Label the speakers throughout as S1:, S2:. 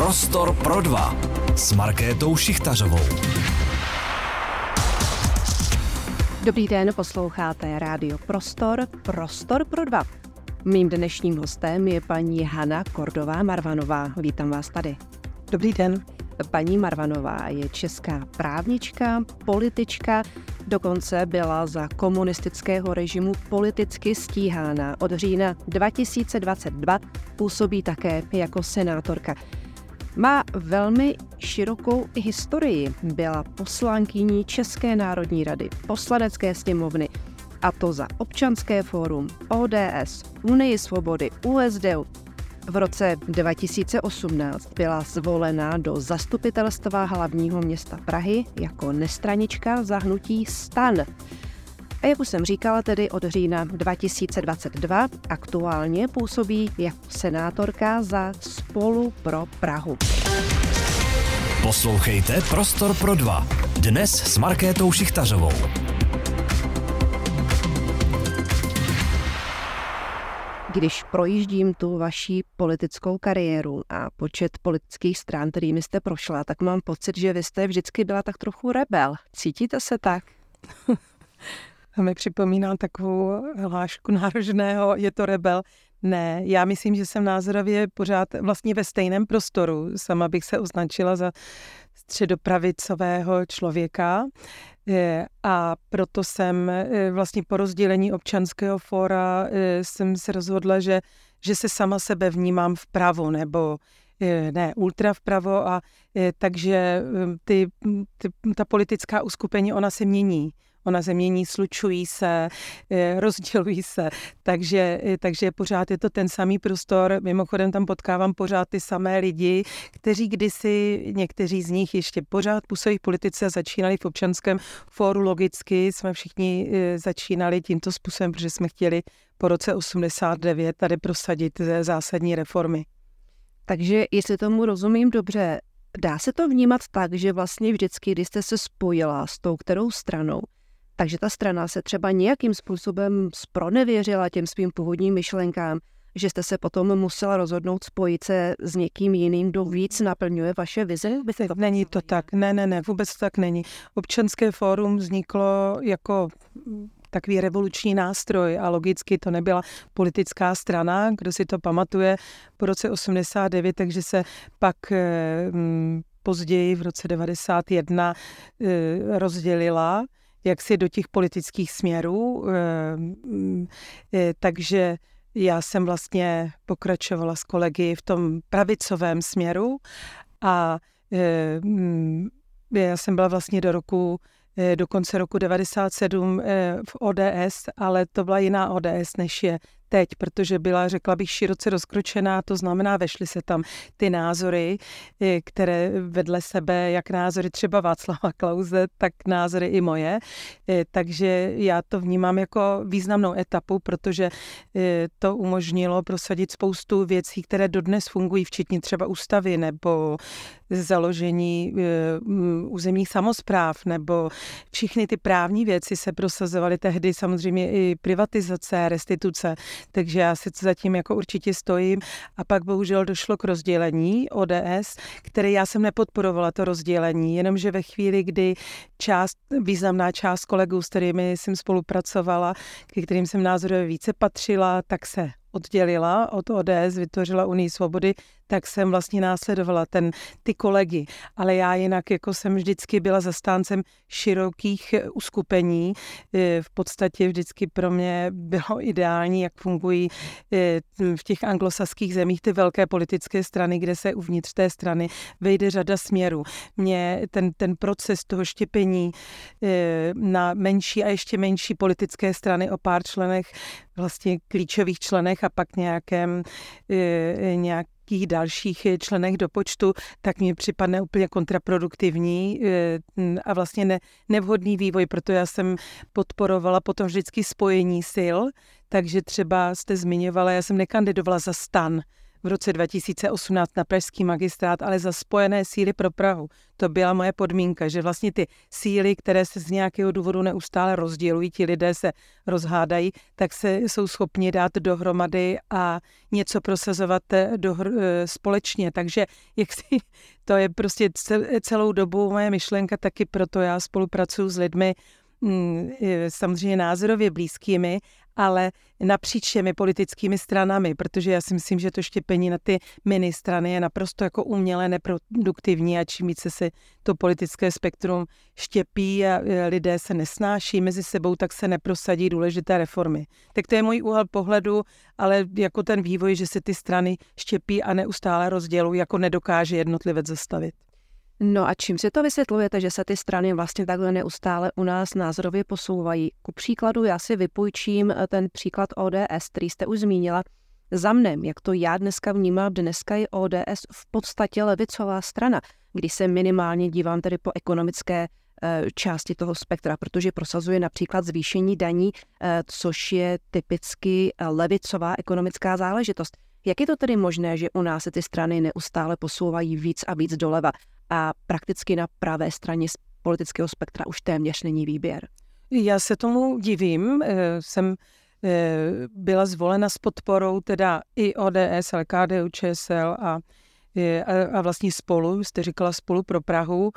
S1: Prostor pro dva s Markétou Šichtařovou.
S2: Dobrý den, posloucháte Rádio Prostor, Prostor pro dva. Mým dnešním hostem je paní Hana Kordová-Marvanová. Vítám vás tady.
S3: Dobrý den.
S2: Paní Marvanová je česká právnička, politička, dokonce byla za komunistického režimu politicky stíhána. Od října 2022 působí také jako senátorka. Má velmi širokou historii. Byla poslankyní České národní rady, Poslanecké sněmovny, a to za Občanské fórum, ODS, Unii svobody, ÚSDU. V roce 2018 byla zvolena do zastupitelstva hlavního města Prahy jako nestranička za hnutí STAN. A jak už jsem říkala, tedy od října 2022 aktuálně působí jako senátorka za Spolu pro Prahu.
S1: Poslouchejte Prostor pro dva. Dnes s Markétou Šichtařovou.
S2: Když projíždím tu vaši politickou kariéru a počet politických stran, kterými jste prošla, tak mám pocit, že vy jste vždycky byla tak trochu rebel. Cítíte se tak?
S3: A mi připomíná takovou hlášku nárožného, je to rebel. Ne, já myslím, že jsem názorově pořád vlastně ve stejném prostoru. Sama bych se označila za středopravicového člověka a proto jsem vlastně po rozdělení Občanského fóra jsem se rozhodla, že se sama sebe vnímám vpravo nebo ne, ultra vpravo a takže ta politická uskupení, ona se mění, slučují se, rozdělují se, takže pořád je to ten samý prostor. Mimochodem tam potkávám pořád ty samé lidi, kteří kdysi, někteří z nich ještě pořád působí v politice a začínali v Občanském fóru. Logicky jsme všichni začínali tímto způsobem, protože jsme chtěli po roce 89 tady prosadit zásadní reformy.
S2: Takže jestli tomu rozumím dobře, dá se to vnímat tak, že vlastně vždycky, když jste se spojila s tou kterou stranou, takže ta strana se třeba nějakým způsobem zpronevěřila těm svým původním myšlenkám, že jste se potom musela rozhodnout spojit se s někým jiným, kdo víc naplňuje vaše vize?
S3: Není to tak, ne, vůbec to tak není. Občanské fórum vzniklo jako takový revoluční nástroj a logicky to nebyla politická strana, kdo si to pamatuje po roce 89, takže se pak později v roce 91 rozdělila jaksi do těch politických směrů, takže já jsem vlastně pokračovala s kolegy v tom pravicovém směru a já jsem byla vlastně do konce roku 97 v ODS, ale to byla jiná ODS, než je teď, protože byla, řekla bych, široce rozkročená, to znamená, vešly se tam ty názory, které vedle sebe, jak názory třeba Václava Klause, tak názory i moje, takže já to vnímám jako významnou etapu, protože to umožnilo prosadit spoustu věcí, které dodnes fungují, včetně třeba ústavy nebo založení územních samospráv, nebo všechny ty právní věci se prosazovaly tehdy, samozřejmě i privatizace, restituce, takže já si zatím jako určitě stojím. A pak bohužel došlo k rozdělení ODS, které já jsem nepodporovala to rozdělení, jenomže ve chvíli, kdy významná část kolegů, s kterými jsem spolupracovala, ke kterým jsem názorově více patřila, tak se oddělila od ODS, vytvořila Unii svobody, tak jsem vlastně následovala ty kolegy. Ale já jinak jako jsem vždycky byla zastáncem širokých uskupení. V podstatě vždycky pro mě bylo ideální, jak fungují v těch anglosaských zemích ty velké politické strany, kde se uvnitř té strany vejde řada směrů. Mně ten proces toho štěpení na menší a ještě menší politické strany o pár členech, vlastně klíčových členech a pak nějakých dalších členech do počtu, tak mi připadne úplně kontraproduktivní a vlastně nevhodný vývoj, proto já jsem podporovala potom vždycky spojení sil, takže třeba jste zmiňovala, já jsem nekandidovala za STAN v roce 2018 na pražský magistrát, ale za Spojené síly pro Prahu. To byla moje podmínka, že vlastně ty síly, které se z nějakého důvodu neustále rozdělují, ti lidé se rozhádají, tak se jsou schopni dát dohromady a něco prosazovat společně. Takže to je prostě celou dobu moje myšlenka, taky proto já spolupracuji s lidmi, samozřejmě názorově blízkými, ale napříč všemi politickými stranami, protože já si myslím, že to štěpení na ty ministrany je naprosto jako uměle neproduktivní a čím více se to politické spektrum štěpí a lidé se nesnáší mezi sebou, tak se neprosadí důležité reformy. Tak to je můj úhel pohledu, ale jako ten vývoj, že se ty strany štěpí a neustále rozdělují, jako nedokáže jednotlivec zastavit.
S2: No a čím si to vysvětlujete, že se ty strany vlastně takhle neustále u nás názorově posouvají? Ku příkladu já si vypůjčím ten příklad ODS, který jste už zmínila. Za mnem, jak to já dneska vnímám, dneska je ODS v podstatě levicová strana, když se minimálně dívám tedy po ekonomické části toho spektra, protože prosazuje například zvýšení daní, což je typicky levicová ekonomická záležitost. Jak je to tedy možné, že u nás se ty strany neustále posouvají víc a víc doleva a prakticky na pravé straně politického spektra už téměř není výběr?
S3: Já se tomu divím. Jsem byla zvolena s podporou teda i ODS, ale KDU, ČSL a vlastně Spolu, jste říkala Spolu pro Prahu,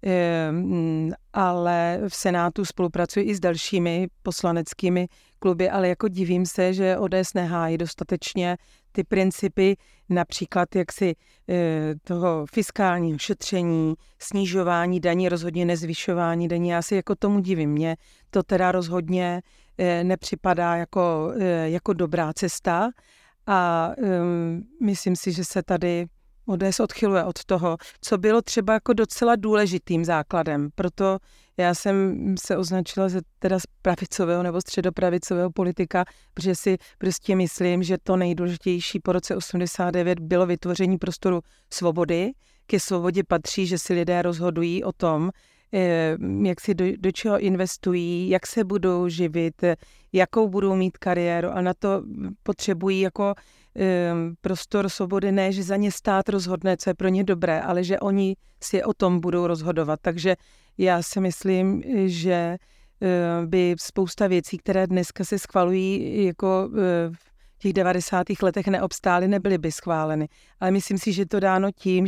S3: ale v Senátu spolupracuji i s dalšími poslaneckými kluby, ale jako divím se, že ODS nehájí dostatečně ty principy, například jaksi toho fiskálního šetření, snižování daní, rozhodně nezvyšování daní. Já si jako tomu divím. Mně to teda rozhodně nepřipadá jako dobrá cesta a myslím si, že se tady ODS odchyluje od toho, co bylo třeba jako docela důležitým základem. Proto já jsem se označila za teda pravicového nebo středopravicového politika, protože si prostě myslím, že to nejdůležitější po roce 89 bylo vytvoření prostoru svobody. Ke svobodě patří, že si lidé rozhodují o tom, jak si do čeho investují, jak se budou živit, jakou budou mít kariéru a na to potřebují jako prostor svobody, ne, že za ně stát rozhodne, co je pro ně dobré, ale že oni si o tom budou rozhodovat. Takže já si myslím, že by spousta věcí, které dneska se schvalují jako v těch 90. letech neobstály, nebyly by schváleny. Ale myslím si, že to dáno tím,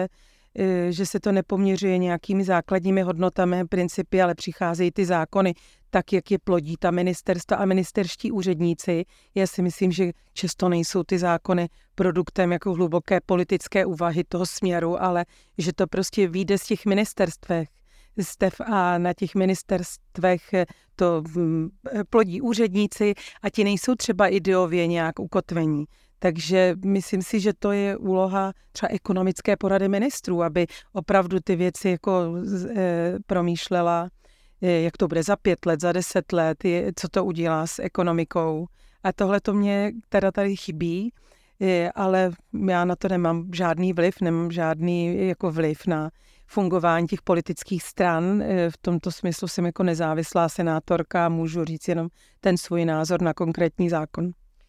S3: že se to nepoměřuje nějakými základními hodnotami, principy, ale přicházejí ty zákony tak, jak je plodí ta ministerstva a ministerští úředníci. Já si myslím, že často nejsou ty zákony produktem jako hluboké politické úvahy toho směru, ale že to prostě vyjde z těch ministerstvech. A na těch ministerstvech to plodí úředníci a ti nejsou třeba ideově nějak ukotvení. Takže myslím si, že to je úloha třeba ekonomické porady ministrů, aby opravdu ty věci jako promýšlela, jak to bude za 5 let, za 10 let, co to udělá s ekonomikou. A tohle to mě teda tady chybí, ale já na to nemám žádný vliv, nemám žádný jako vliv na fungování těch politických stran. V tomto smyslu jsem jako nezávislá senátorka, můžu říct jenom ten svůj názor na konkrétní zákon.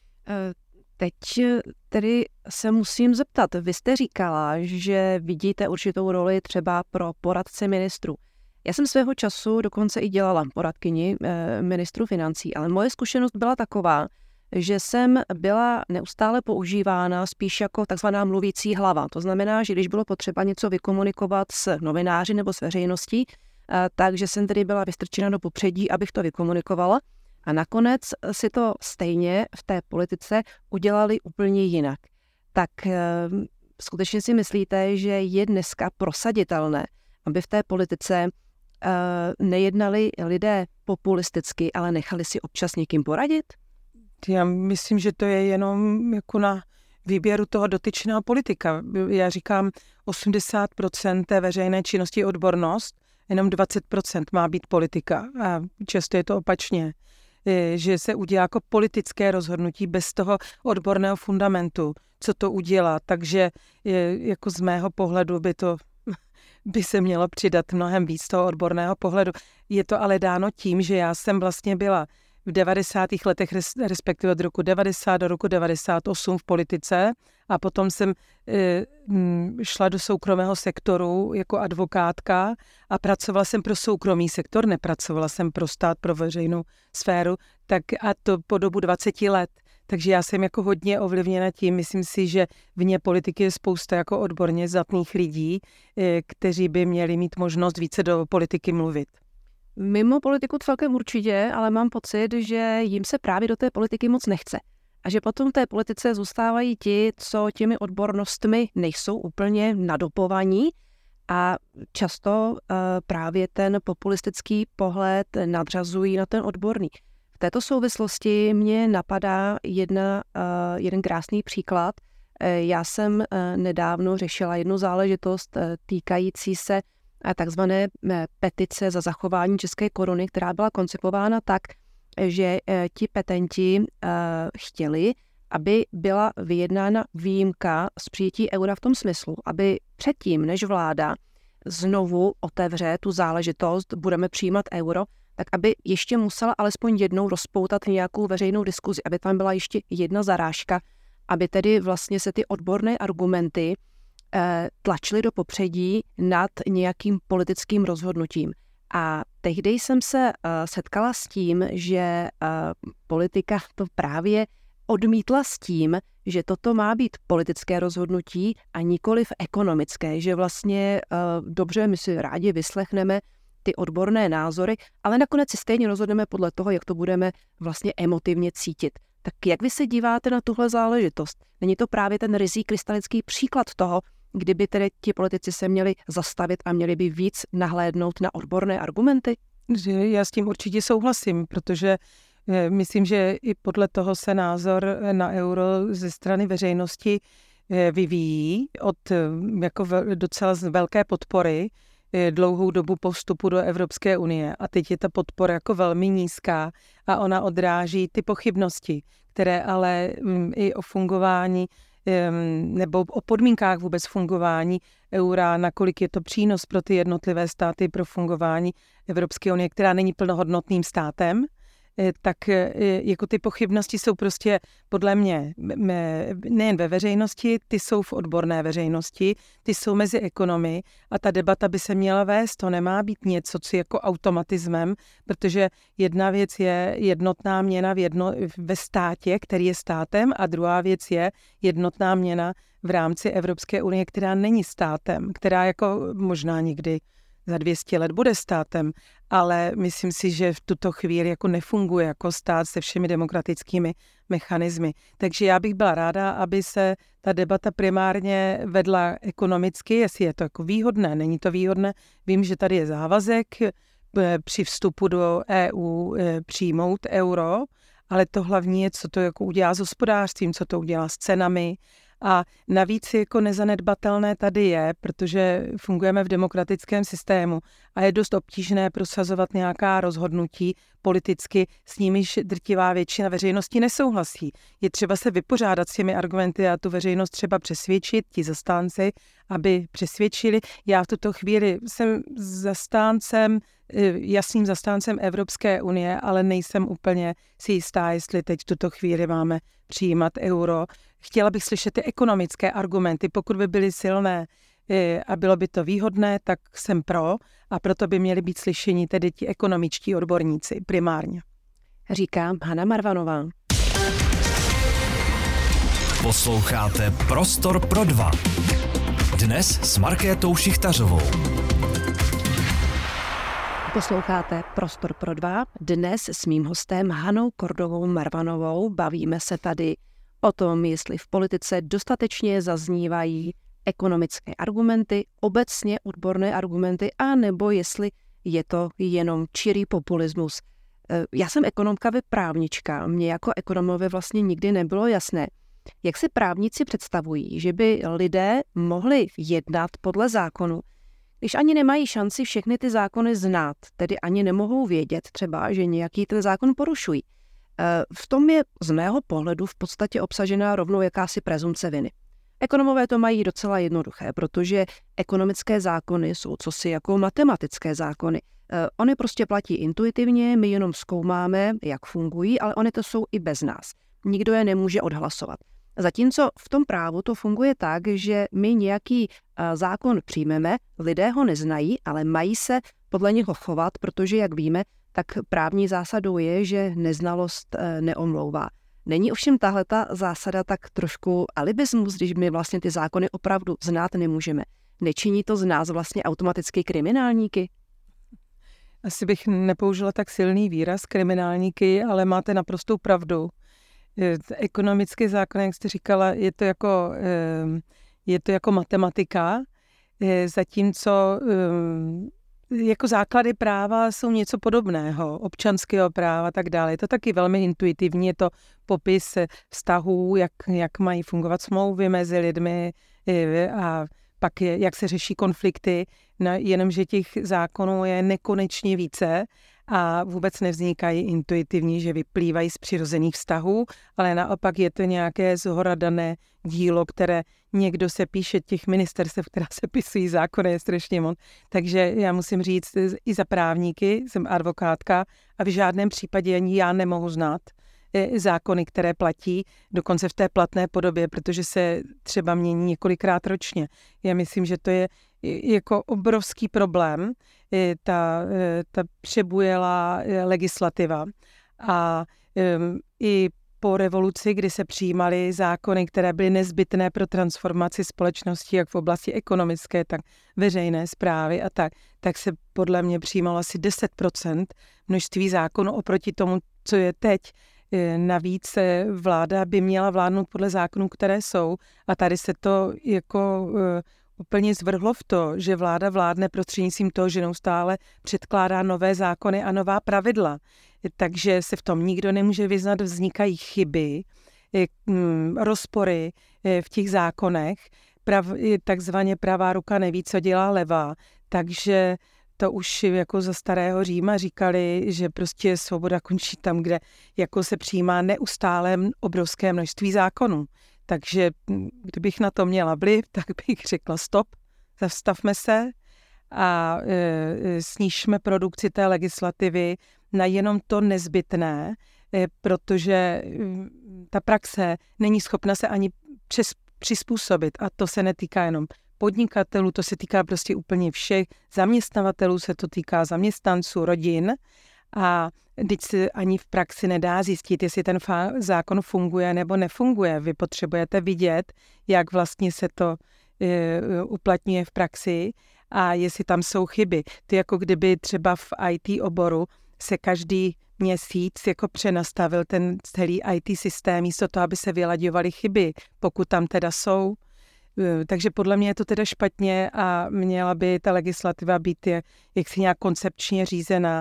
S2: Teď tedy se musím zeptat, vy jste říkala, že vidíte určitou roli třeba pro poradce ministrů. Já jsem svého času dokonce i dělala poradkyni ministru financí, ale moje zkušenost byla taková, že jsem byla neustále používána spíš jako takzvaná mluvící hlava. To znamená, že když bylo potřeba něco vykomunikovat s novináři nebo s veřejností, takže jsem tedy byla vystrčena do popředí, abych to vykomunikovala. A nakonec si to stejně v té politice udělali úplně jinak. Tak skutečně si myslíte, že je dneska prosaditelné, aby v té politice nejednali lidé populisticky, ale nechali si občas někým poradit?
S3: Já myslím, že to je jenom jako na výběru toho dotyčného politika. Já říkám, 80% té veřejné činnosti je odbornost, jenom 20% má být politika. A často je to opačně, že se udělá jako politické rozhodnutí bez toho odborného fundamentu, co to udělá. Takže jako z mého pohledu by se mělo přidat mnohem víc toho odborného pohledu. Je to ale dáno tím, že já jsem vlastně byla v 90. letech, respektive od roku 90 do roku 98 v politice a potom jsem šla do soukromého sektoru jako advokátka a pracovala jsem pro soukromý sektor, nepracovala jsem pro stát, pro veřejnou sféru, tak a to po dobu 20 let. Takže já jsem jako hodně ovlivněna tím, myslím si, že vně politiky je spousta jako odborně zdatných lidí, kteří by měli mít možnost více do politiky mluvit.
S2: Mimo politiku celkem určitě, ale mám pocit, že jim se právě do té politiky moc nechce. A že potom v té politice zůstávají ti, co těmi odbornostmi nejsou úplně nadopovaní a často právě ten populistický pohled nadřazují na ten odborný. V této souvislosti mě napadá jeden krásný příklad. Já jsem nedávno řešila jednu záležitost týkající se takzvané petice za zachování české koruny, která byla koncipována tak, že ti petenti chtěli, aby byla vyjednána výjimka z přijetí eura v tom smyslu, aby předtím, než vláda znovu otevře tu záležitost, budeme přijímat euro, tak aby ještě musela alespoň jednou rozpoutat nějakou veřejnou diskuzi, aby tam byla ještě jedna zarážka, aby tedy vlastně se ty odborné argumenty tlačily do popředí nad nějakým politickým rozhodnutím. A tehdy jsem se setkala s tím, že politika to právě odmítla s tím, že toto má být politické rozhodnutí a nikoliv ekonomické, že vlastně dobře, my si rádi vyslechneme ty odborné názory, ale nakonec si stejně rozhodneme podle toho, jak to budeme vlastně emotivně cítit. Tak jak vy se díváte na tuhle záležitost? Není to právě ten ryzí krystalický příklad toho, kdyby tedy ti politici se měli zastavit a měli by víc nahlédnout na odborné argumenty?
S3: Já s tím určitě souhlasím, protože myslím, že i podle toho se názor na euro ze strany veřejnosti vyvíjí od jako docela velké podpory dlouhou dobu po vstupu do Evropské unie. A teď je ta podpora jako velmi nízká a ona odráží ty pochybnosti, které ale i o fungování nebo o podmínkách vůbec fungování eura, nakolik je to přínos pro ty jednotlivé státy pro fungování Evropské unie, která není plnohodnotným státem, tak jako ty pochybnosti jsou prostě podle mě nejen ve veřejnosti, ty jsou v odborné veřejnosti, ty jsou mezi ekonomy a ta debata by se měla vést. To nemá být něco, co je jako automatismem, protože jedna věc je jednotná měna ve státě, který je státem, a druhá věc je jednotná měna v rámci Evropské unie, která není státem, která jako možná někdy za 200 let bude státem, ale myslím si, že v tuto chvíli jako nefunguje jako stát se všemi demokratickými mechanismy. Takže já bych byla ráda, aby se ta debata primárně vedla ekonomicky, jestli je to jako výhodné, není to výhodné. Vím, že tady je závazek při vstupu do EU přijmout euro, ale to hlavní je, co to jako udělá s hospodářstvím, co to udělá s cenami. A navíc jako nezanedbatelné tady je, protože fungujeme v demokratickém systému a je dost obtížné prosazovat nějaká rozhodnutí politicky, s nimiž drtivá většina veřejnosti nesouhlasí. Je třeba se vypořádat s těmi argumenty a tu veřejnost třeba přesvědčit, ti zastánci, aby přesvědčili. Já v tuto chvíli jsem jasným zastáncem Evropské unie, ale nejsem úplně si jistá, jestli teď v tuto chvíli máme přijímat euro. Chtěla bych slyšet ty ekonomické argumenty, pokud by byly silné a bylo by to výhodné, tak jsem pro a proto by měli být slyšeni tedy ti ekonomičtí odborníci primárně.
S2: Říká Hana Marvanová.
S1: Posloucháte Prostor pro dva. Dnes s Markétou Šichtařovou.
S2: Posloucháte Prostor pro dva. Dnes s mým hostem Hanou Kordovou Marvanovou bavíme se tady o tom, jestli v politice dostatečně zaznívají ekonomické argumenty, obecně odborné argumenty, a nebo jestli je to jenom čirý populismus. Já jsem ekonomka, vy právnička. Mně jako ekonomovi vlastně nikdy nebylo jasné, jak si právníci představují, že by lidé mohli jednat podle zákonu, když ani nemají šanci všechny ty zákony znát, tedy ani nemohou vědět třeba, že nějaký ten zákon porušují. V tom je z mého pohledu v podstatě obsažená rovnou jakási prezumce viny. Ekonomové to mají docela jednoduché, protože ekonomické zákony jsou cosi jako matematické zákony. Ony prostě platí intuitivně, my jenom zkoumáme, jak fungují, ale ony to jsou i bez nás. Nikdo je nemůže odhlasovat. Zatímco v tom právu to funguje tak, že my nějaký zákon přijmeme, lidé ho neznají, ale mají se podle něho chovat, protože, jak víme, tak právní zásadou je, že neznalost neomlouvá. Není ovšem tahleta zásada tak trošku alibismus, když my vlastně ty zákony opravdu znát nemůžeme? Nečiní to z nás vlastně automaticky kriminálníky?
S3: Asi bych nepoužila tak silný výraz kriminálníky, ale máte naprostou pravdu. Ekonomický zákon, jak jste říkala, je to jako matematika, zatímco jako základy práva jsou něco podobného, občanského práva a tak dále. Je to taky velmi intuitivní, je to popis vztahů, jak mají fungovat smlouvy mezi lidmi a pak jak se řeší konflikty, jenomže těch zákonů je nekonečně více a vůbec nevznikají intuitivně, že vyplývají z přirozených vztahů, ale naopak je to nějaké zhora dané dílo, které někdo se píše, těch ministerstev, která se pisují zákony, je strašně moc. Takže já musím říct, i za právníky, jsem advokátka a v žádném případě ani já nemohu znát zákony, které platí, dokonce v té platné podobě, protože se třeba mění několikrát ročně. Já myslím, že to je jako obrovský problém, ta přebujelá legislativa. A i po revoluci, kdy se přijímaly zákony, které byly nezbytné pro transformaci společnosti, jak v oblasti ekonomické, tak veřejné správy a tak se podle mě přijímalo asi 10% množství zákonů oproti tomu, co je teď. Navíc vláda by měla vládnout podle zákonů, které jsou, a tady se to jako úplně zvrhlo v to, že vláda vládne prostřednictvím toho, že neustále předkládá nové zákony a nová pravidla. Takže se v tom nikdo nemůže vyznat, vznikají chyby, rozpory v těch zákonech, takzvaně pravá ruka neví, co dělá levá, takže to už jako za starého Říma říkali, že prostě svoboda končí tam, kde jako se přijímá neustále obrovské množství zákonů. Takže kdybych na to měla vliv, tak bych řekla stop, zastavme se a snížme produkci té legislativy na jenom to nezbytné, protože ta praxe není schopna se ani přizpůsobit a to se netýká jenom podnikatelů, to se týká prostě úplně všech, zaměstnavatelů se to týká zaměstnanců, rodin a teď se ani v praxi nedá zjistit, jestli ten zákon funguje nebo nefunguje. Vy potřebujete vidět, jak vlastně se to uplatňuje v praxi a jestli tam jsou chyby. To jako kdyby třeba v IT oboru se každý měsíc jako přenastavil ten celý IT systém, místo toho, aby se vylaďovaly chyby, pokud tam teda jsou. Takže podle mě je to teda špatně a měla by ta legislativa být jaksi nějak koncepčně řízená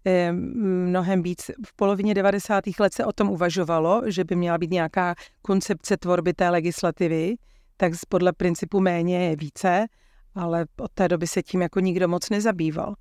S3: mnohem víc. V polovině 90. let se o tom uvažovalo, že by měla být nějaká koncepce tvorby té legislativy, tak podle principu méně je více, ale od té doby se tím jako nikdo moc nezabýval.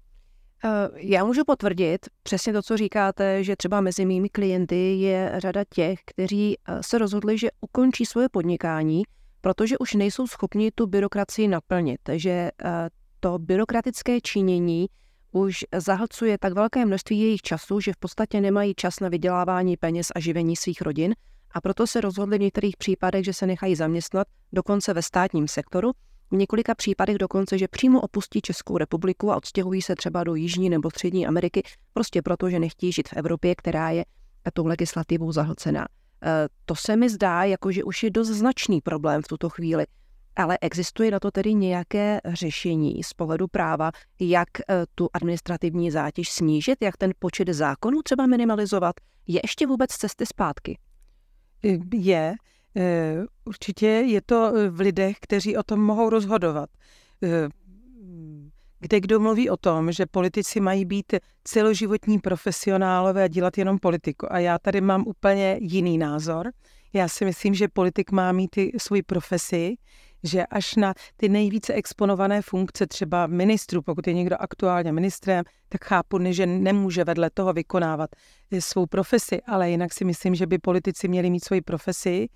S2: Já můžu potvrdit přesně to, co říkáte, že třeba mezi mými klienty je řada těch, kteří se rozhodli, že ukončí svoje podnikání, protože už nejsou schopni tu byrokracii naplnit, že to byrokratické činění už zahlcuje tak velké množství jejich času, že v podstatě nemají čas na vydělávání peněz a živení svých rodin a proto se rozhodli v některých případech, že se nechají zaměstnat, dokonce ve státním sektoru, v několika případech dokonce, že přímo opustí Českou republiku a odstěhují se třeba do Jižní nebo Střední Ameriky, prostě proto, že nechtějí žít v Evropě, která je tou legislativou zahlcená. To se mi zdá, jako že už je dost značný problém v tuto chvíli. Ale existuje na to tedy nějaké řešení z pohledu práva, jak tu administrativní zátěž snížit, jak ten počet zákonů třeba minimalizovat? Je ještě vůbec cesty zpátky?
S3: Je. Určitě je to v lidech, kteří o tom mohou rozhodovat. Kde kdo mluví o tom, že politici mají být celoživotní profesionálové a dělat jenom politiku. A já tady mám úplně jiný názor. Já si myslím, že politik má mít svou profesi, že až na ty nejvíce exponované funkce třeba ministrů, pokud je někdo aktuálně ministrem, tak chápu, že nemůže vedle toho vykonávat svou profesi, ale jinak si myslím, že by politici měli mít svoji profesi,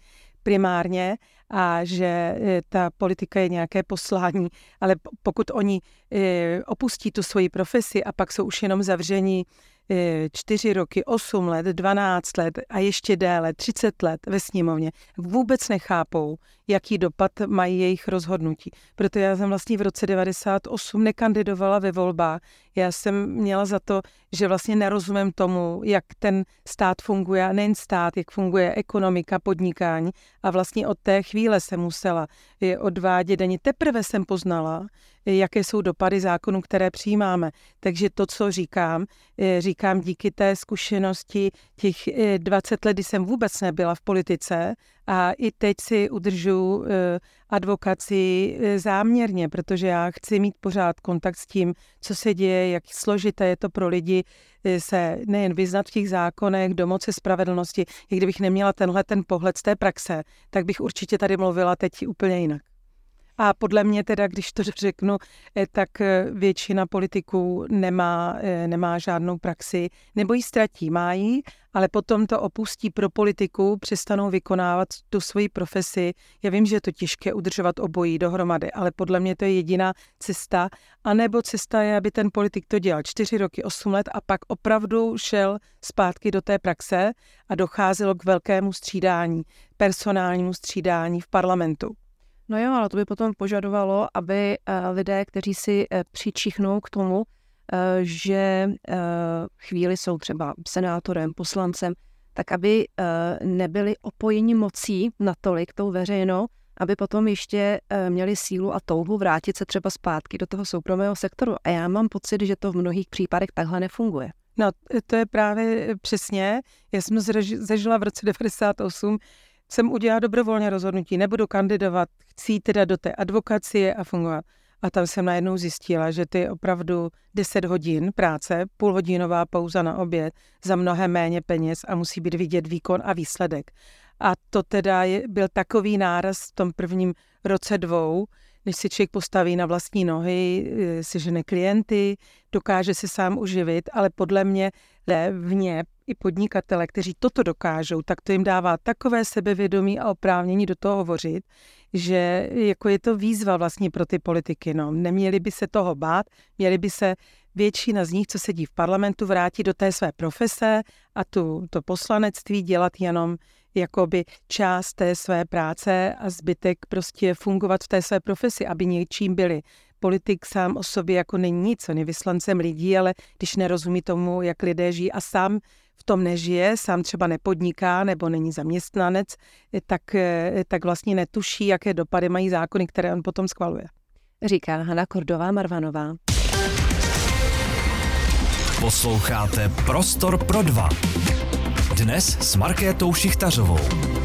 S3: primárně a že ta politika je nějaké poslání, ale pokud oni opustí tu svoji profesi a pak jsou už jenom zavření 4 roky, 8 let, 12 let a ještě déle, 30 let ve sněmovně, vůbec nechápou, jaký dopad mají jejich rozhodnutí. Proto já jsem vlastně v roce 98 nekandidovala ve volbách. Já jsem měla za to, že vlastně nerozumím tomu, jak ten stát funguje, a nejen stát, jak funguje ekonomika, podnikání. A vlastně od té chvíle jsem musela odvádět daně. Teprve jsem poznala, jaké jsou dopady zákonů, které přijímáme. Takže to, co říkám díky té zkušenosti těch 20 let, kdy jsem vůbec nebyla v politice a i teď si udržu advokaci záměrně, protože já chci mít pořád kontakt s tím, co se děje, jak složité je to pro lidi se nejen vyznat v těch zákonech, domoci spravedlnosti. I kdybych neměla ten pohled z té praxe, tak bych určitě tady mluvila teď úplně jinak. A podle mě teda, když to řeknu, tak většina politiků nemá žádnou praxi, nebo ji ztratí, má ji, ale potom to opustí pro politiku, přestanou vykonávat tu svoji profesi. Já vím, že je to těžké udržovat obojí dohromady, ale podle mě to je jediná cesta. A nebo cesta je, aby ten politik to dělal 4 roky, 8 let a pak opravdu šel zpátky do té praxe a docházelo k velkému střídání, personálnímu střídání v parlamentu.
S2: No jo, ale to by potom požadovalo, aby lidé, kteří si přičichnou k tomu, že chvíli jsou třeba senátorem, poslancem, tak aby nebyli opojeni mocí natolik tou veřejnou, aby potom ještě měli sílu a touhu vrátit se třeba zpátky do toho soukromého sektoru. A já mám pocit, že to v mnohých případech takhle nefunguje.
S3: No, to je právě přesně. Já jsem zažila v roce 98, jsem udělala dobrovolně rozhodnutí, nebudu kandidovat, chci teda do té advokacie a fungovat. A tam jsem najednou zjistila, že to je opravdu 10 hodin práce, půlhodinová pauza na oběd, za mnohem méně peněz a musí být vidět výkon a výsledek. A to teda byl takový náraz v tom prvním roce 2, než si člověk postaví na vlastní nohy, sežene klienty, dokáže se sám uživit, ale podle mě levně i podnikatele, kteří toto dokážou, tak to jim dává takové sebevědomí a oprávnění do toho hovořit, že jako je to výzva vlastně pro ty politiky. No. Neměli by se toho bát, měli by se většina z nich, co sedí v parlamentu, vrátit do té své profese a to poslanectví dělat jenom jakoby část té své práce a zbytek prostě fungovat v té své profesi, aby něčím byli. Politik sám o sobě jako není nic, on je vyslancem lidí, ale když nerozumí tomu, jak lidé žijí a sám v tom nežije, sám třeba nepodniká nebo není zaměstnanec, tak vlastně netuší, jaké dopady mají zákony, které on potom schvaluje.
S2: Říká Hana Kordová-Marvanová.
S1: Posloucháte Prostor pro dva. Dnes s Markétou Šichtařovou.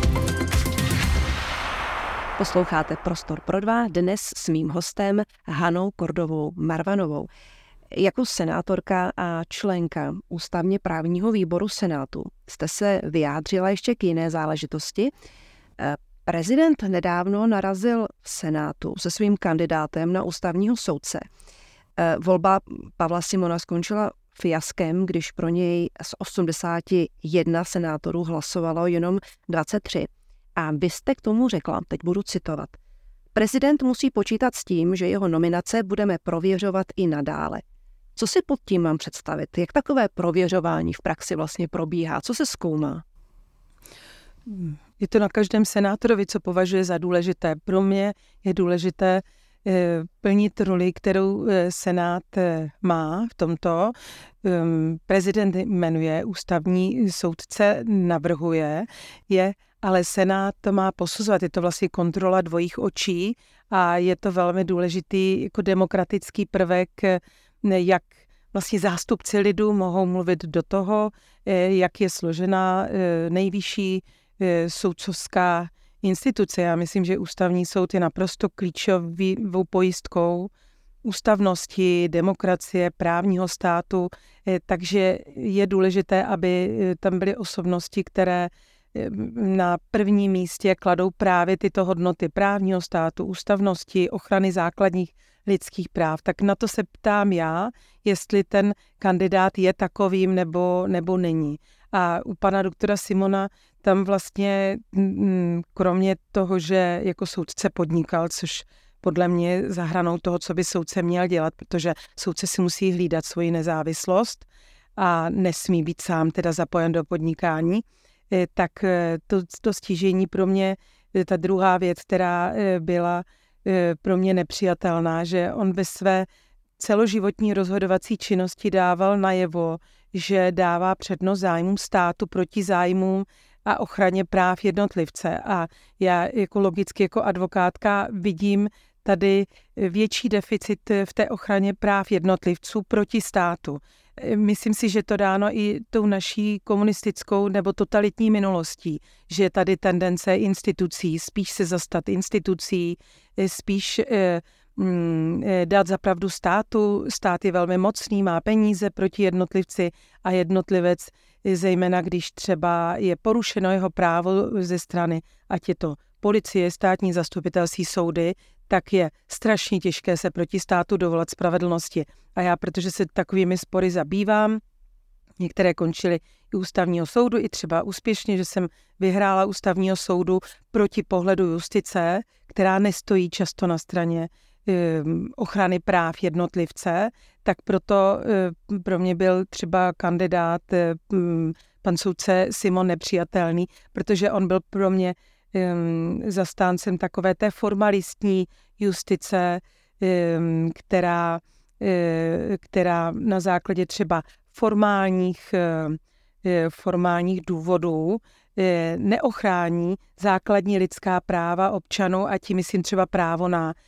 S2: Posloucháte Prostor pro dva, dnes s mým hostem Hanou Kordovou-Marvanovou. Jako senátorka a členka ústavně právního výboru Senátu jste se vyjádřila ještě k jiné záležitosti. Prezident nedávno narazil v Senátu se svým kandidátem na ústavního soudce. Volba Pavla Simona skončila fiaskem, když pro něj z 81 senátorů hlasovalo jenom 23. A vy jste k tomu řekla, teď budu citovat, prezident musí počítat s tím, že jeho nominace budeme prověřovat i nadále. Co si pod tím mám představit? Jak takové prověřování v praxi vlastně probíhá? Co se zkoumá?
S3: Je to na každém senátorovi, co považuje za důležité. Pro mě je důležité plnit roli, kterou Senát má v tomto. Prezident jmenuje, ústavní soudce navrhuje, ale Senát to má posuzovat. Je to vlastně kontrola dvojích očí a je to velmi důležitý jako demokratický prvek, jak vlastně zástupci lidu mohou mluvit do toho, jak je složená nejvyšší soudcovská instituce. Já myslím, že ústavní soud je naprosto klíčovou pojistkou ústavnosti, demokracie, právního státu, takže je důležité, aby tam byly osobnosti, které na prvním místě kladou právě tyto hodnoty právního státu, ústavnosti, ochrany základních lidských práv. Tak na to se ptám já, jestli ten kandidát je takovým nebo není. A u pana doktora Simona tam vlastně kromě toho, že jako soudce podnikal, což podle mě za hranou toho, co by soudce měl dělat, protože soudce si musí hlídat svoji nezávislost a nesmí být sám teda zapojen do podnikání, tak to stížení pro mě, ta druhá věc, která byla pro mě nepřijatelná, že on ve své celoživotní rozhodovací činnosti dával najevo, že dává přednost zájmům státu proti zájmům a ochraně práv jednotlivce. A já jako logicky jako advokátka vidím tady větší deficit v té ochraně práv jednotlivců proti státu. Myslím si, že to dáno i tou naší komunistickou nebo totalitní minulostí, že je tady tendence institucí, spíš se zastat institucí, spíš dát zapravdu státu. Stát je velmi mocný, má peníze proti jednotlivci a jednotlivec, zejména když třeba je porušeno jeho právo ze strany, ať je to policie, státní zastupitelství, soudy, tak je strašně těžké se proti státu dovolat spravedlnosti. A já, protože se takovými spory zabývám, některé končily i ústavního soudu, i třeba úspěšně, že jsem vyhrála ústavního soudu proti pohledu justice, která nestojí často na straně ochrany práv jednotlivce, tak proto pro mě byl třeba kandidát pan soudce Simon nepřijatelný, protože on byl pro mě zastáncem takové té formalistní justice, která na základě třeba formálních důvodů neochrání základní lidská práva občanů a tím myslím třeba právo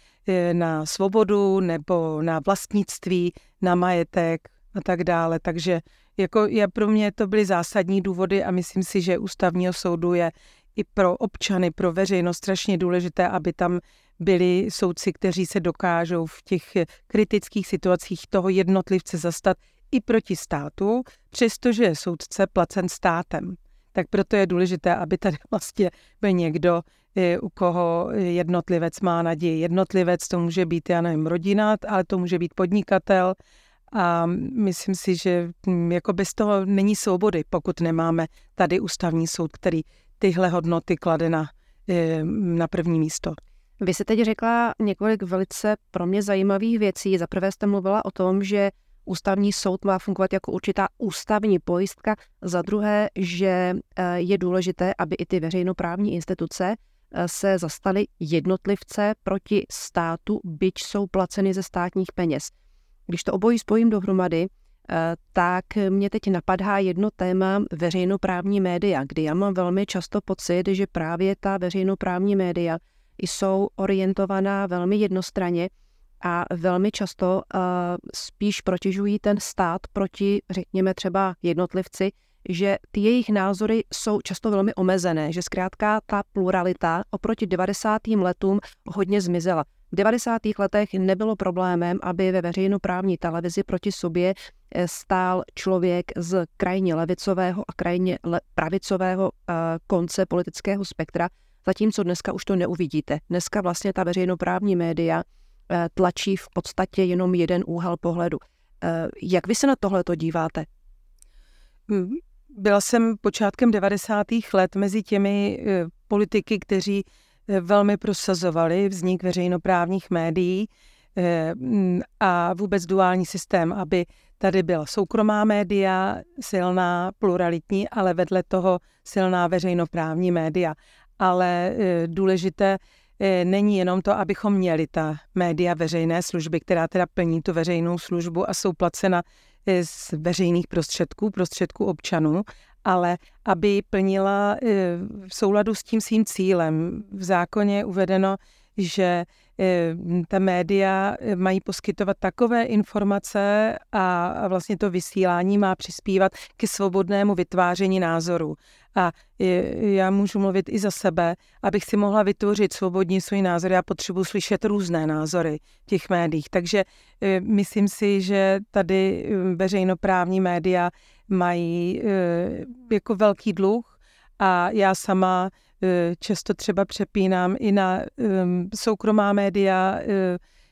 S3: na svobodu nebo na vlastnictví, na majetek a tak dále. Takže pro mě to byly zásadní důvody a myslím si, že ústavního soudu je i pro občany, pro veřejnost strašně důležité, aby tam byli soudci, kteří se dokážou v těch kritických situacích toho jednotlivce zastat i proti státu, přestože je soudce placen státem. Tak proto je důležité, aby tady vlastně byl někdo, u koho jednotlivec má naději. Jednotlivec to může být, já nevím, rodina, ale to může být podnikatel a myslím si, že jako bez toho není svobody, pokud nemáme tady ústavní soud, který tyhle hodnoty klade na první místo.
S2: Vy jste teď řekla několik velice pro mě zajímavých věcí. Za prvé jste mluvila o tom, že ústavní soud má fungovat jako určitá ústavní pojistka. Za druhé, že je důležité, aby i ty veřejnoprávní instituce se zastaly jednotlivce proti státu, byť jsou placeny ze státních peněz. Když to obojí spojím dohromady, tak mě teď napadá jedno téma veřejnoprávní média, kdy já mám velmi často pocit, že právě ta veřejnoprávní média jsou orientovaná velmi jednostranně a velmi často spíš protěžují ten stát proti, řekněme třeba jednotlivci, že ty jejich názory jsou často velmi omezené, že zkrátka ta pluralita oproti 90. letům hodně zmizela. V 90. letech nebylo problémem, aby ve veřejnoprávní televizi proti sobě stál člověk z krajně levicového a krajně pravicového konce politického spektra, zatímco dneska už to neuvidíte. Dneska vlastně ta veřejnoprávní média tlačí v podstatě jenom jeden úhel pohledu. Jak vy se na tohleto díváte?
S3: Byla jsem počátkem 90. let mezi těmi politiky, kteří velmi prosazovali vznik veřejnoprávních médií a vůbec duální systém, aby tady byla soukromá média, silná, pluralitní, ale vedle toho silná veřejnoprávní média. Ale důležité není jenom to, abychom měli ta média veřejné služby, která teda plní tu veřejnou službu a jsou placena z veřejných prostředků občanů, ale aby plnila v souladu s tím svým cílem. V zákoně je uvedeno, že ta média mají poskytovat takové informace a vlastně to vysílání má přispívat ke svobodnému vytváření názorů. A já můžu mluvit i za sebe, abych si mohla vytvořit svobodně svůj názor. Já potřebuji slyšet různé názory v těch médiích. Takže myslím si, že tady veřejnoprávní média mají jako velký dluh a já sama často třeba přepínám i na soukromá média,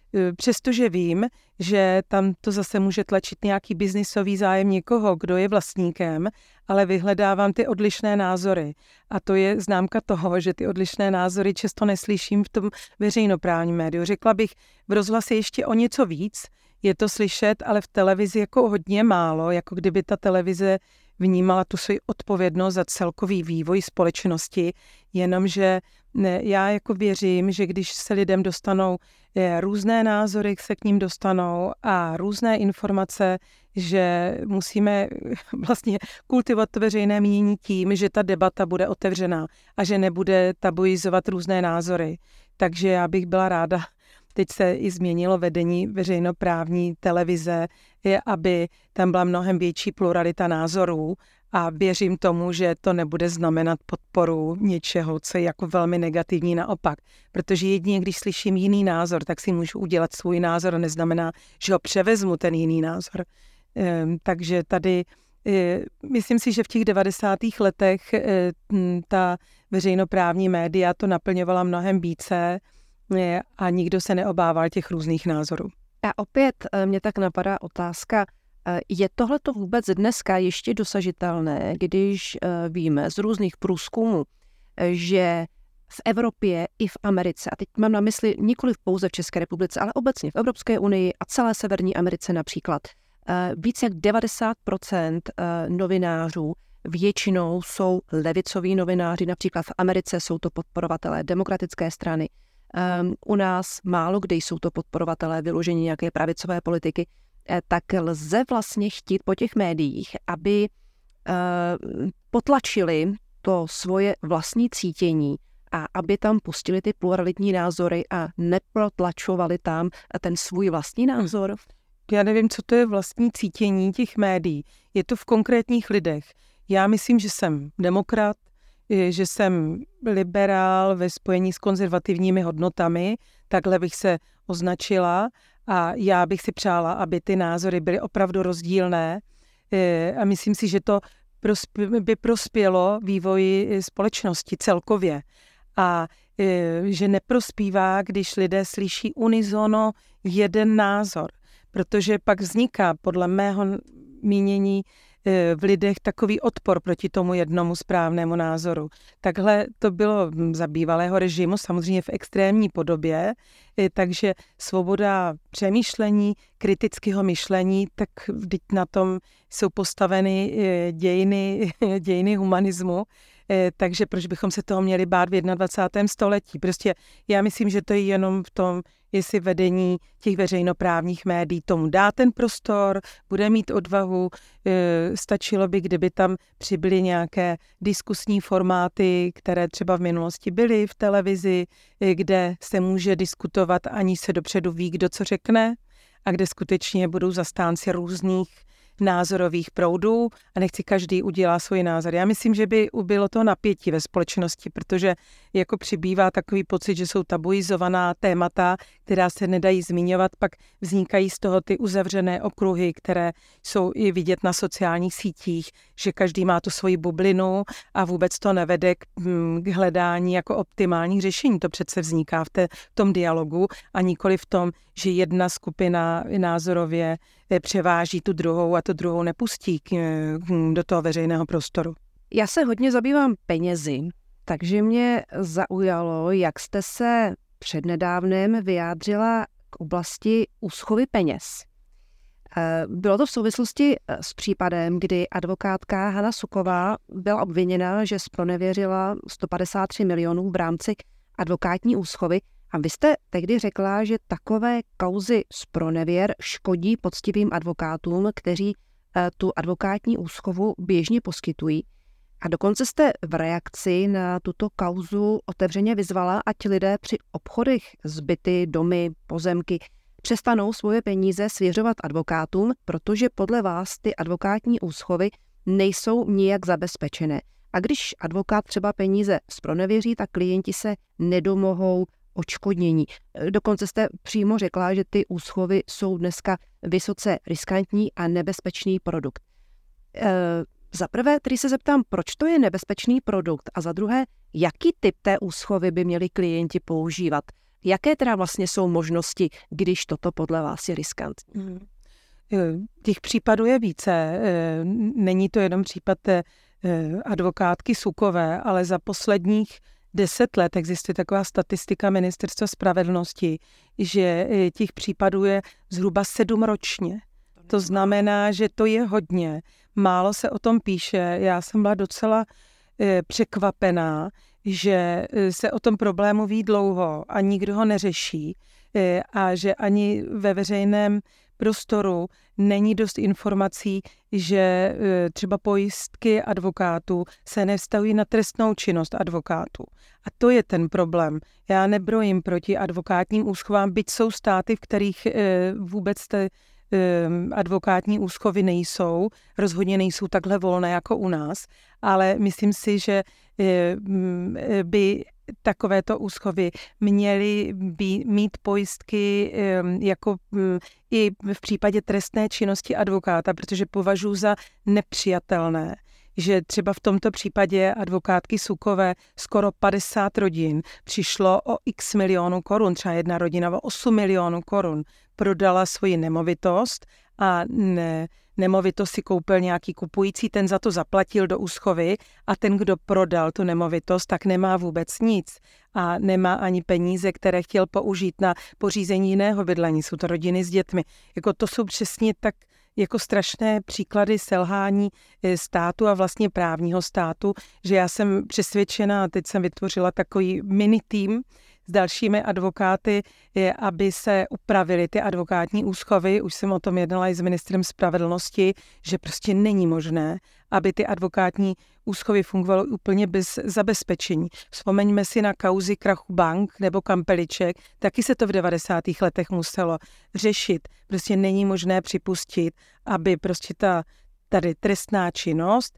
S3: přestože vím, že tam to zase může tlačit nějaký biznisový zájem někoho, kdo je vlastníkem, ale vyhledávám ty odlišné názory. A to je známka toho, že ty odlišné názory často neslyším v tom veřejnoprávním médiu. Řekla bych, v rozhlase ještě o něco víc, je to slyšet, ale v televizi jako hodně málo, jako kdyby ta televize vnímala tu svoji odpovědnost za celkový vývoj společnosti, jenomže já jako věřím, že když se lidem dostanou různé názory, se k ním dostanou a různé informace, že musíme vlastně kultivovat to veřejné mínění tím, že ta debata bude otevřená a že nebude tabuizovat různé názory. Takže já bych byla ráda, teď se i změnilo vedení veřejnoprávní televize, aby tam byla mnohem větší pluralita názorů a věřím tomu, že to nebude znamenat podporu něčeho, co je jako velmi negativní naopak. Protože jedině, když slyším jiný názor, tak si můžu udělat svůj názor, neznamená, že ho převezmu ten jiný názor. Takže tady myslím si, že v těch 90. letech ta veřejnoprávní média to naplňovala mnohem více a nikdo se neobával těch různých názorů.
S2: A opět mě tak napadá otázka, je tohleto vůbec dneska ještě dosažitelné, když víme z různých průzkumů, že v Evropě i v Americe, a teď mám na mysli nikoliv pouze v České republice, ale obecně v Evropské unii a celé Severní Americe například, víc jak 90% novinářů většinou jsou levicoví novináři, například v Americe jsou to podporovatelé demokratické strany, u nás málo kde jsou to podporovatelé vyložení nějaké pravicové politiky, tak lze vlastně chtít po těch médiích, aby potlačili to svoje vlastní cítění a aby tam pustili ty pluralitní názory a neprotlačovali tam ten svůj vlastní názor.
S3: Já nevím, co to je vlastní cítění těch médií. Je to v konkrétních lidech. Já myslím, že jsem demokrat, že jsem liberál ve spojení s konzervativními hodnotami, takhle bych se označila a já bych si přála, aby ty názory byly opravdu rozdílné a myslím si, že to by prospělo vývoji společnosti celkově a že neprospívá, když lidé slyší unisono jeden názor, protože pak vzniká podle mého mínění v lidech takový odpor proti tomu jednomu správnému názoru. Takhle to bylo za bývalého režimu, samozřejmě v extrémní podobě, takže svoboda přemýšlení, kritického myšlení, tak vždyť na tom jsou postaveny dějiny humanismu, takže proč bychom se toho měli bát v 21. století? Prostě já myslím, že to je jenom v tom, jestli vedení těch veřejnoprávních médií tomu dá ten prostor, bude mít odvahu, stačilo by, kdyby tam přibyly nějaké diskusní formáty, které třeba v minulosti byly v televizi, kde se může diskutovat, aniž se dopředu ví, kdo co řekne a kde skutečně budou zastánci různých názorových proudů a nechci každý udělá svůj názor. Já myslím, že by ubylo to napětí ve společnosti, protože jako přibývá takový pocit, že jsou tabuizovaná témata, která se nedají zmiňovat, pak vznikají z toho ty uzavřené okruhy, které jsou i vidět na sociálních sítích, že každý má tu svoji bublinu a vůbec to nevede k hledání jako optimální řešení. To přece vzniká v tom dialogu a nikoli v tom, že jedna skupina názorově převáží tu druhou a tu druhou nepustí do toho veřejného prostoru.
S2: Já se hodně zabývám penězi, takže mě zaujalo, jak jste se přednedávnem vyjádřila k oblasti úschovy peněz. Bylo to v souvislosti s případem, kdy advokátka Hana Suková byla obviněna, že zpronevěřila 153 milionů v rámci advokátní úschovy. A vy jste tehdy řekla, že takové kauzy zpronevěr škodí poctivým advokátům, kteří tu advokátní úschovu běžně poskytují. A dokonce jste v reakci na tuto kauzu otevřeně vyzvala, ať lidé při obchodech s byty, domy, pozemky přestanou svoje peníze svěřovat advokátům, protože podle vás ty advokátní úschovy nejsou nijak zabezpečené. A když advokát třeba peníze zpronevěří, tak klienti se nedomohou odškodnění. Dokonce jste přímo řekla, že ty úschovy jsou dneska vysoce riskantní a nebezpečný produkt. Za prvé, tedy se zeptám, proč to je nebezpečný produkt a za druhé, jaký typ té úschovy by měli klienti používat. Jaké teda vlastně jsou možnosti, když toto podle vás je riskantní?
S3: Těch případů je více. Není to jenom případ té advokátky Sukové, ale za posledních 10 let existuje taková statistika Ministerstva spravedlnosti, že těch případů je zhruba 7 ročně. To znamená, že to je hodně. Málo se o tom píše. Já jsem byla docela překvapená, že se o tom problému ví dlouho a nikdo ho neřeší a že ani ve veřejném prostoru není dost informací, že třeba pojistky advokátů se nevztahují na trestnou činnost advokátů. A to je ten problém. Já nebrojím proti advokátním úschovám, byť jsou státy, v kterých vůbec advokátní úschovy nejsou, rozhodně nejsou takhle volné jako u nás, ale myslím si, že by takovéto úschovy měly mít pojistky jako i v případě trestné činnosti advokáta, protože považuji za nepřijatelné, že třeba v tomto případě advokátky Sukové skoro 50 rodin přišlo o x milionů korun, třeba jedna rodina o 8 milionů korun, prodala svoji nemovitost a nemovitost si koupil nějaký kupující, ten za to zaplatil do úschovy a ten, kdo prodal tu nemovitost, tak nemá vůbec nic a nemá ani peníze, které chtěl použít na pořízení jiného bydlení. Jsou to rodiny s dětmi. Jako to jsou přesně tak jako strašné příklady selhání státu a vlastně právního státu, že já jsem přesvědčena, teď jsem vytvořila takový mini tým s dalšími advokáty, aby se upravily ty advokátní úschovy. Už jsem o tom jednala i s ministrem spravedlnosti, že prostě není možné, aby ty advokátní úschovy fungovaly úplně bez zabezpečení. Vzpomeňme si na kauzy krachu bank nebo kampeliček, taky se to v 90. letech muselo řešit. Prostě není možné připustit, aby prostě tady trestná činnost,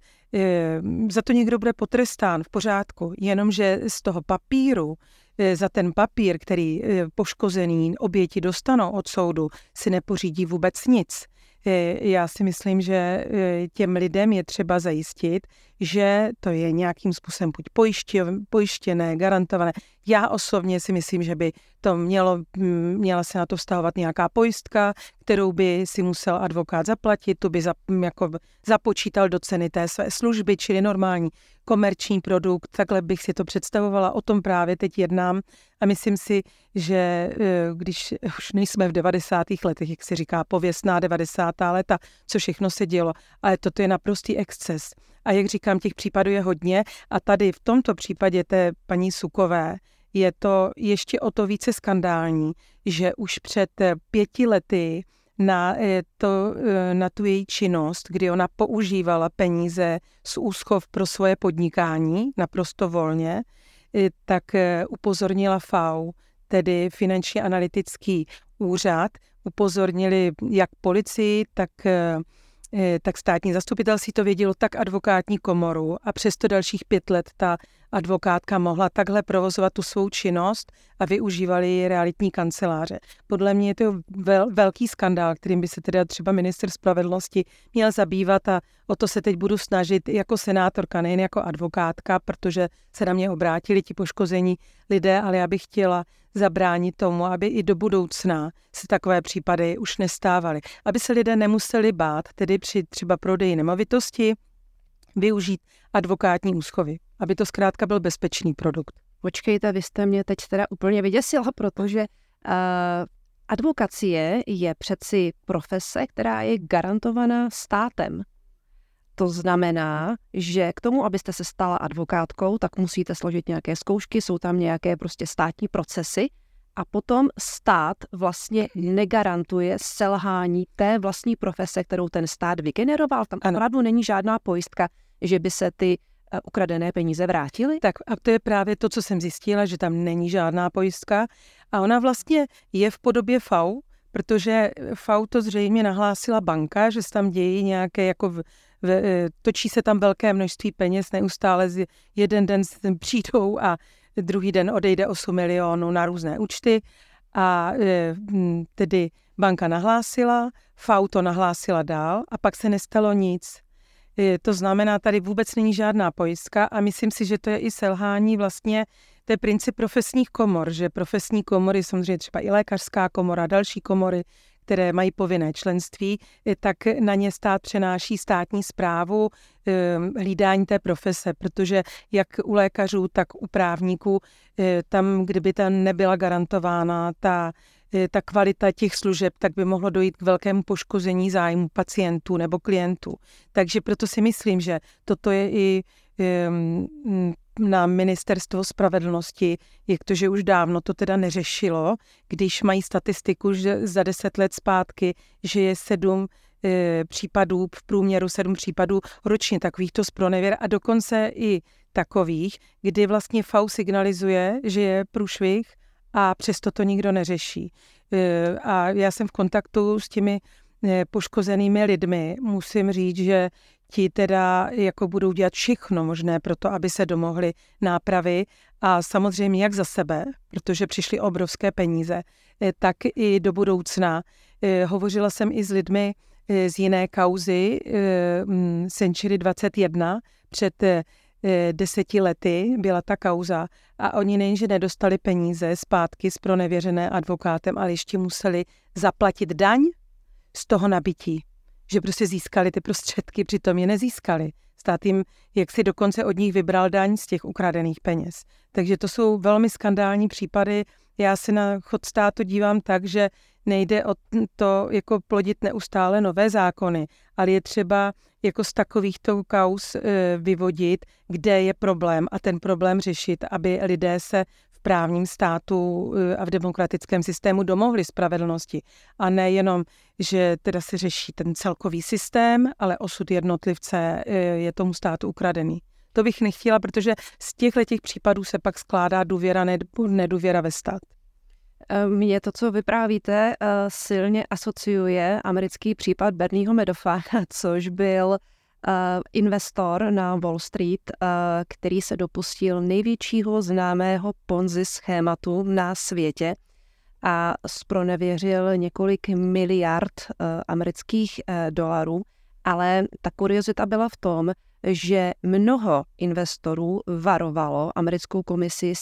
S3: za to někdo bude potrestán v pořádku, jenomže z toho papíru, za ten papír, který poškozený oběti dostanou od soudu, si nepořídí vůbec nic. Já si myslím, že těm lidem je třeba zajistit, že to je nějakým způsobem buď pojištěné, garantované. Já osobně si myslím, že by to měla se na to vztahovat nějaká pojistka, kterou by si musel advokát zaplatit, tu by započítal do ceny té své služby, čili normální komerční produkt, takhle bych si to představovala, o tom právě teď jednám a myslím si, že když už nejsme v 90. letech, jak se říká, pověstná 90. léta, co všechno se dělo, ale toto je naprostý exces. A jak říkám, těch případů je hodně a tady v tomto případě té paní Sukové je to ještě o to více skandální, že už před 5 lety na tu její činnost, kdy ona používala peníze z úschov pro svoje podnikání naprosto volně, tak upozornila FAU, tedy Finanční analytický úřad, upozornili jak policii, tak státní zastupitelství to vědělo, tak advokátní komoru a přesto dalších 5 let ta advokátka mohla takhle provozovat tu svou činnost a využívali ji realitní kanceláře. Podle mě je to velký skandál, kterým by se teda třeba ministr spravedlnosti měl zabývat a o to se teď budu snažit jako senátorka, nejen jako advokátka, protože se na mě obrátili ti poškození lidé, ale já bych chtěla zabránit tomu, aby i do budoucna se takové případy už nestávaly. Aby se lidé nemuseli bát, tedy při třeba prodeji nemovitosti, využít advokátní úschovy, aby to zkrátka byl bezpečný produkt.
S2: Počkejte, vy jste mě teď teda úplně vyděsila, protože advokacie je přeci profese, která je garantovaná státem. To znamená, že k tomu, abyste se stala advokátkou, tak musíte složit nějaké zkoušky, jsou tam nějaké prostě státní procesy a potom stát vlastně negarantuje selhání té vlastní profese, kterou ten stát vygeneroval. Tam opravdu není žádná pojistka, že by se ty ukradené peníze vrátily?
S3: Tak a to je právě to, co jsem zjistila, že tam není žádná pojistka a ona vlastně je v podobě FAU, protože FAU to zřejmě nahlásila banka, že se tam dějí nějaké točí se tam velké množství peněz, neustále jeden den sem přijdou a druhý den odejde 8 milionů na různé účty a tedy banka nahlásila, FAU to nahlásila dál a pak se nestalo nic. To znamená, tady vůbec není žádná pojistka a myslím si, že to je i selhání vlastně To je princip profesních komor, že profesní komory, samozřejmě třeba i lékařská komora, další komory, které mají povinné členství, tak na ně stát přenáší státní správu hlídání té profese, protože jak u lékařů, tak u právníků, tam, kdyby tam nebyla garantována ta kvalita těch služeb, tak by mohlo dojít k velkému poškození zájmu pacientů nebo klientů. Takže proto si myslím, že toto je i na ministerstvo spravedlnosti, jak to, že už dávno to teda neřešilo, když mají statistiku, že za 10 let zpátky, že je 7 případů, v průměru 7 případů ročně takovýchto zpronevěr a dokonce i takových, kdy vlastně FAU signalizuje, že je průšvih a přesto to nikdo neřeší. A já jsem v kontaktu s těmi poškozenými lidmi. Musím říct, že ti teda jako budou dělat všechno možné pro to, aby se domohli nápravy a samozřejmě jak za sebe, protože přišly obrovské peníze, tak i do budoucna. Hovořila jsem i s lidmi z jiné kauzy Century 21 před 10 lety byla ta kauza a oni nejenže nedostali peníze zpátky zpronevěřené advokátem, ale ještě museli zaplatit daň z toho nabití, že prostě získali ty prostředky, přitom je nezískali. Stát jim, jak si dokonce od nich vybral daň z těch ukradených peněz. Takže to jsou velmi skandální případy. Já se na chod státu dívám tak, že nejde o to jako plodit neustále nové zákony, ale je třeba jako z takovýchto kauz vyvodit, kde je problém a ten problém řešit, aby lidé se v právním státu a v demokratickém systému domohli spravedlnosti. A nejenom, že teda se řeší ten celkový systém, ale osud jednotlivce je tomu státu ukradený. To bych nechtěla, protože z těchto případů se pak skládá důvěra nebo nedůvěra ve stát.
S2: Mně to, co vyprávíte, silně asociuje americký případ Bernieho Madoffa, což byl investor na Wall Street, který se dopustil největšího známého Ponzi schématu na světě a zpronevěřil několik miliard amerických dolarů. Ale ta kuriozita byla v tom, že mnoho investorů varovalo americkou komisi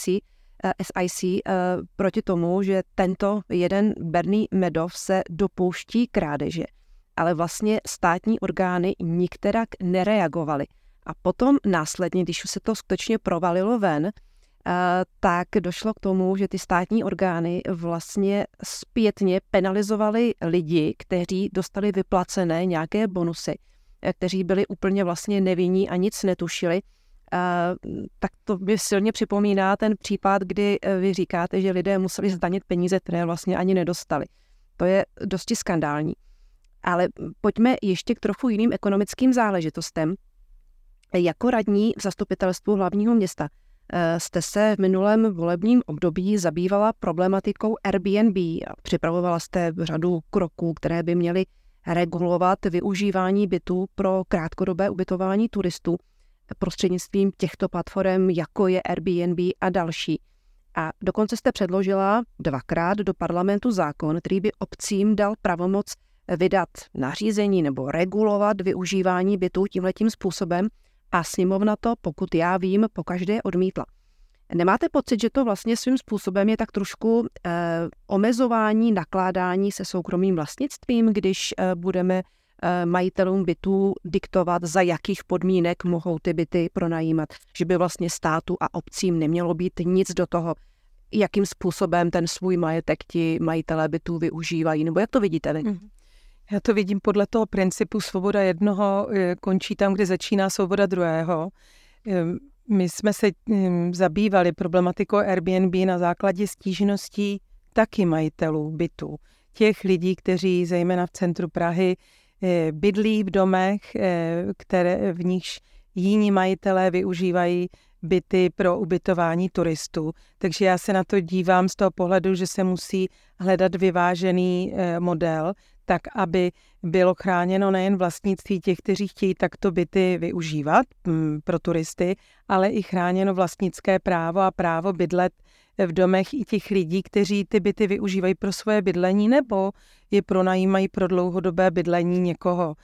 S2: SIC proti tomu, že tento jeden Bernie Madoff se dopouští krádeže. Ale vlastně státní orgány nikterak nereagovaly. A potom následně, když se to skutečně provalilo ven, tak došlo k tomu, že ty státní orgány vlastně zpětně penalizovaly lidi, kteří dostali vyplacené nějaké bonusy, kteří byli úplně vlastně nevinní a nic netušili. Tak to mi silně připomíná ten případ, kdy vy říkáte, že lidé museli zdanit peníze, které vlastně ani nedostali. To je dosti skandální. Ale pojďme ještě k trochu jiným ekonomickým záležitostem. Jako radní v zastupitelstvu hlavního města jste se v minulém volebním období zabývala problematikou Airbnb a připravovala jste řadu kroků, které by měly regulovat využívání bytů pro krátkodobé ubytování turistů prostřednictvím těchto platform, jako je Airbnb a další. A dokonce jste předložila 2krát do parlamentu zákon, který by obcím dal pravomoc vydat nařízení nebo regulovat využívání bytů tímhletím způsobem a sněmovna to, pokud já vím, pokaždé odmítla. Nemáte pocit, že to vlastně svým způsobem je tak trošku omezování nakládání se soukromým vlastnictvím, když budeme majitelům bytů diktovat, za jakých podmínek mohou ty byty pronajímat, že by vlastně státu a obcím nemělo být nic do toho, jakým způsobem ten svůj majetek ti majitelé bytů využívají, nebo jak to vidíte vy?
S3: Já to vidím podle toho principu svoboda jednoho končí tam, kde začíná svoboda druhého. My jsme se zabývali problematikou Airbnb na základě stížností taky majitelů bytů. Těch lidí, kteří zejména v centru Prahy bydlí v domech, v nichž jiní majitelé využívají byty pro ubytování turistů. Takže já se na to dívám z toho pohledu, že se musí hledat vyvážený model, tak aby bylo chráněno nejen vlastnictví těch, kteří chtějí takto byty využívat pro turisty, ale i chráněno vlastnické právo a právo bydlet v domech i těch lidí, kteří ty byty využívají pro svoje bydlení nebo je pronajímají pro dlouhodobé bydlení někoho.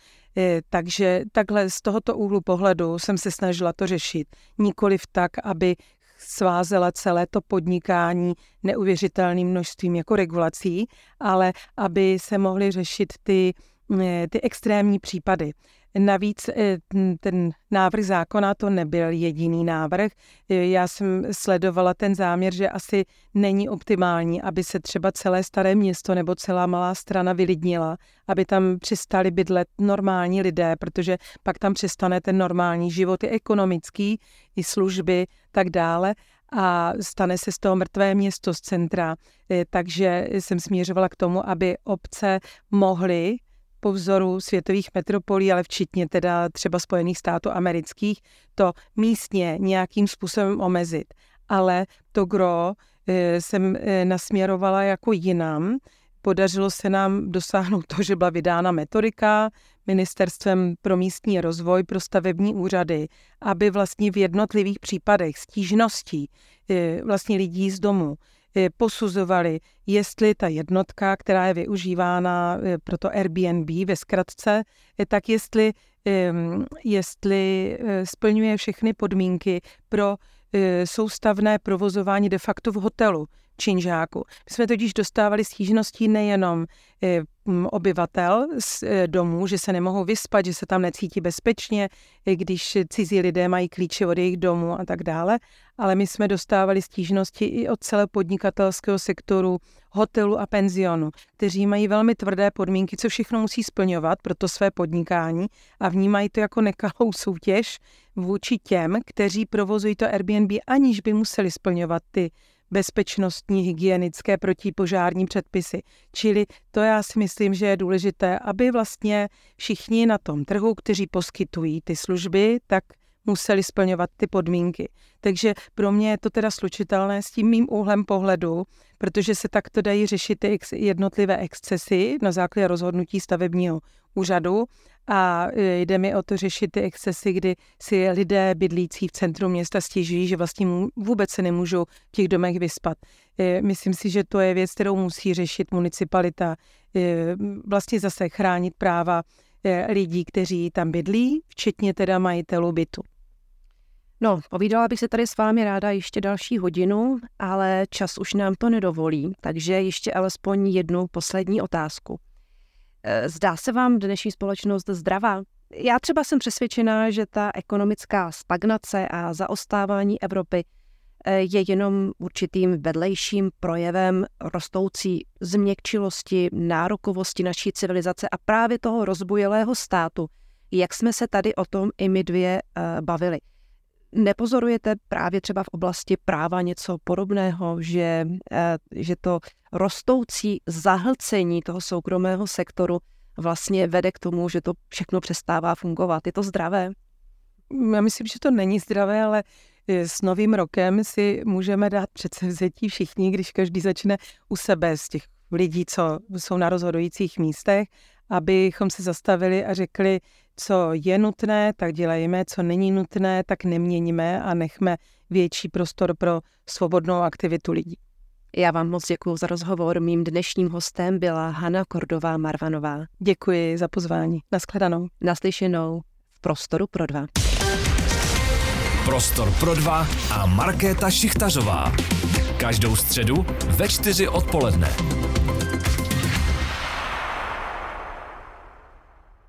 S3: Takže takhle z tohoto úhlu pohledu jsem se snažila to řešit. Nikoliv tak, aby svázela celé to podnikání neuvěřitelným množstvím jako regulací, ale aby se mohly řešit ty extrémní případy. Navíc ten návrh zákona to nebyl jediný návrh. Já jsem sledovala ten záměr, že asi není optimální, aby se třeba celé Staré Město nebo celá Malá Strana vylidnila, aby tam přestali bydlet normální lidé, protože pak tam přestane ten normální život, i ekonomický, i služby, tak dále. A stane se z toho mrtvé město z centra. Takže jsem směřovala k tomu, aby obce mohly po vzoru světových metropolí, ale včetně teda třeba Spojených států amerických, to místně nějakým způsobem omezit. Ale to gro jsem nasměrovala jako jinam. Podařilo se nám dosáhnout to, že byla vydána metodika Ministerstvem pro místní rozvoj pro stavební úřady, aby vlastně v jednotlivých případech stížností vlastně lidí z domu posuzovali, jestli ta jednotka, která je využívána pro to Airbnb ve zkratce, tak jestli splňuje všechny podmínky pro soustavné provozování de facto v hotelu činžáku. My jsme totiž dostávali stížností nejenom obyvatel z domů, že se nemohou vyspat, že se tam necítí bezpečně, když cizí lidé mají klíče od jejich domů a tak dále, ale my jsme dostávali stížnosti i od celého podnikatelského sektoru, hotelu a penzionu, kteří mají velmi tvrdé podmínky, co všechno musí splňovat pro to své podnikání a vnímají to jako nekalou soutěž vůči těm, kteří provozují to Airbnb, aniž by museli splňovat ty bezpečnostní, hygienické, protipožární předpisy. Čili to já si myslím, že je důležité, aby vlastně všichni na tom trhu, kteří poskytují ty služby, tak museli splňovat ty podmínky. Takže pro mě je to teda slučitelné s tím mým úhlem pohledu, protože se takto dají řešit ty jednotlivé excesy na základě rozhodnutí stavebního úřadu a jde mi o to řešit ty excesy, kdy si lidé bydlící v centru města stěžují, že vlastně vůbec se nemůžou v těch domech vyspat. Myslím si, že to je věc, kterou musí řešit municipalita, vlastně zase chránit práva lidí, kteří tam bydlí, včetně teda majitelů bytu.
S2: No, povídala bych se tady s vámi ráda ještě další hodinu, ale čas už nám to nedovolí, takže ještě alespoň jednu poslední otázku. Zdá se vám dnešní společnost zdravá? Já třeba jsem přesvědčená, že ta ekonomická stagnace a zaostávání Evropy je jenom určitým vedlejším projevem rostoucí změkčilosti, nárokovosti naší civilizace a právě toho rozbujelého státu, jak jsme se tady o tom i my dvě bavili. Nepozorujete právě třeba v oblasti práva něco podobného, že to rostoucí zahlcení toho soukromého sektoru vlastně vede k tomu, že to všechno přestává fungovat? Je to zdravé?
S3: Já myslím, že to není zdravé, ale s novým rokem si můžeme dát předsevzetí všichni, když každý začne u sebe z těch lidí, co jsou na rozhodujících místech, abychom se zastavili a řekli, co je nutné, tak dělejme, co není nutné, tak neměníme a nechme větší prostor pro svobodnou aktivitu lidí.
S2: Já vám moc děkuji za rozhovor. Mým dnešním hostem byla Hana Kordová-Marvanová.
S3: Děkuji za pozvání. Nashledanou.
S2: Naslyšenou v Prostoru pro dva.
S1: Prostor pro dva a Markéta Šichtařová. Každou středu ve 4 odpoledne.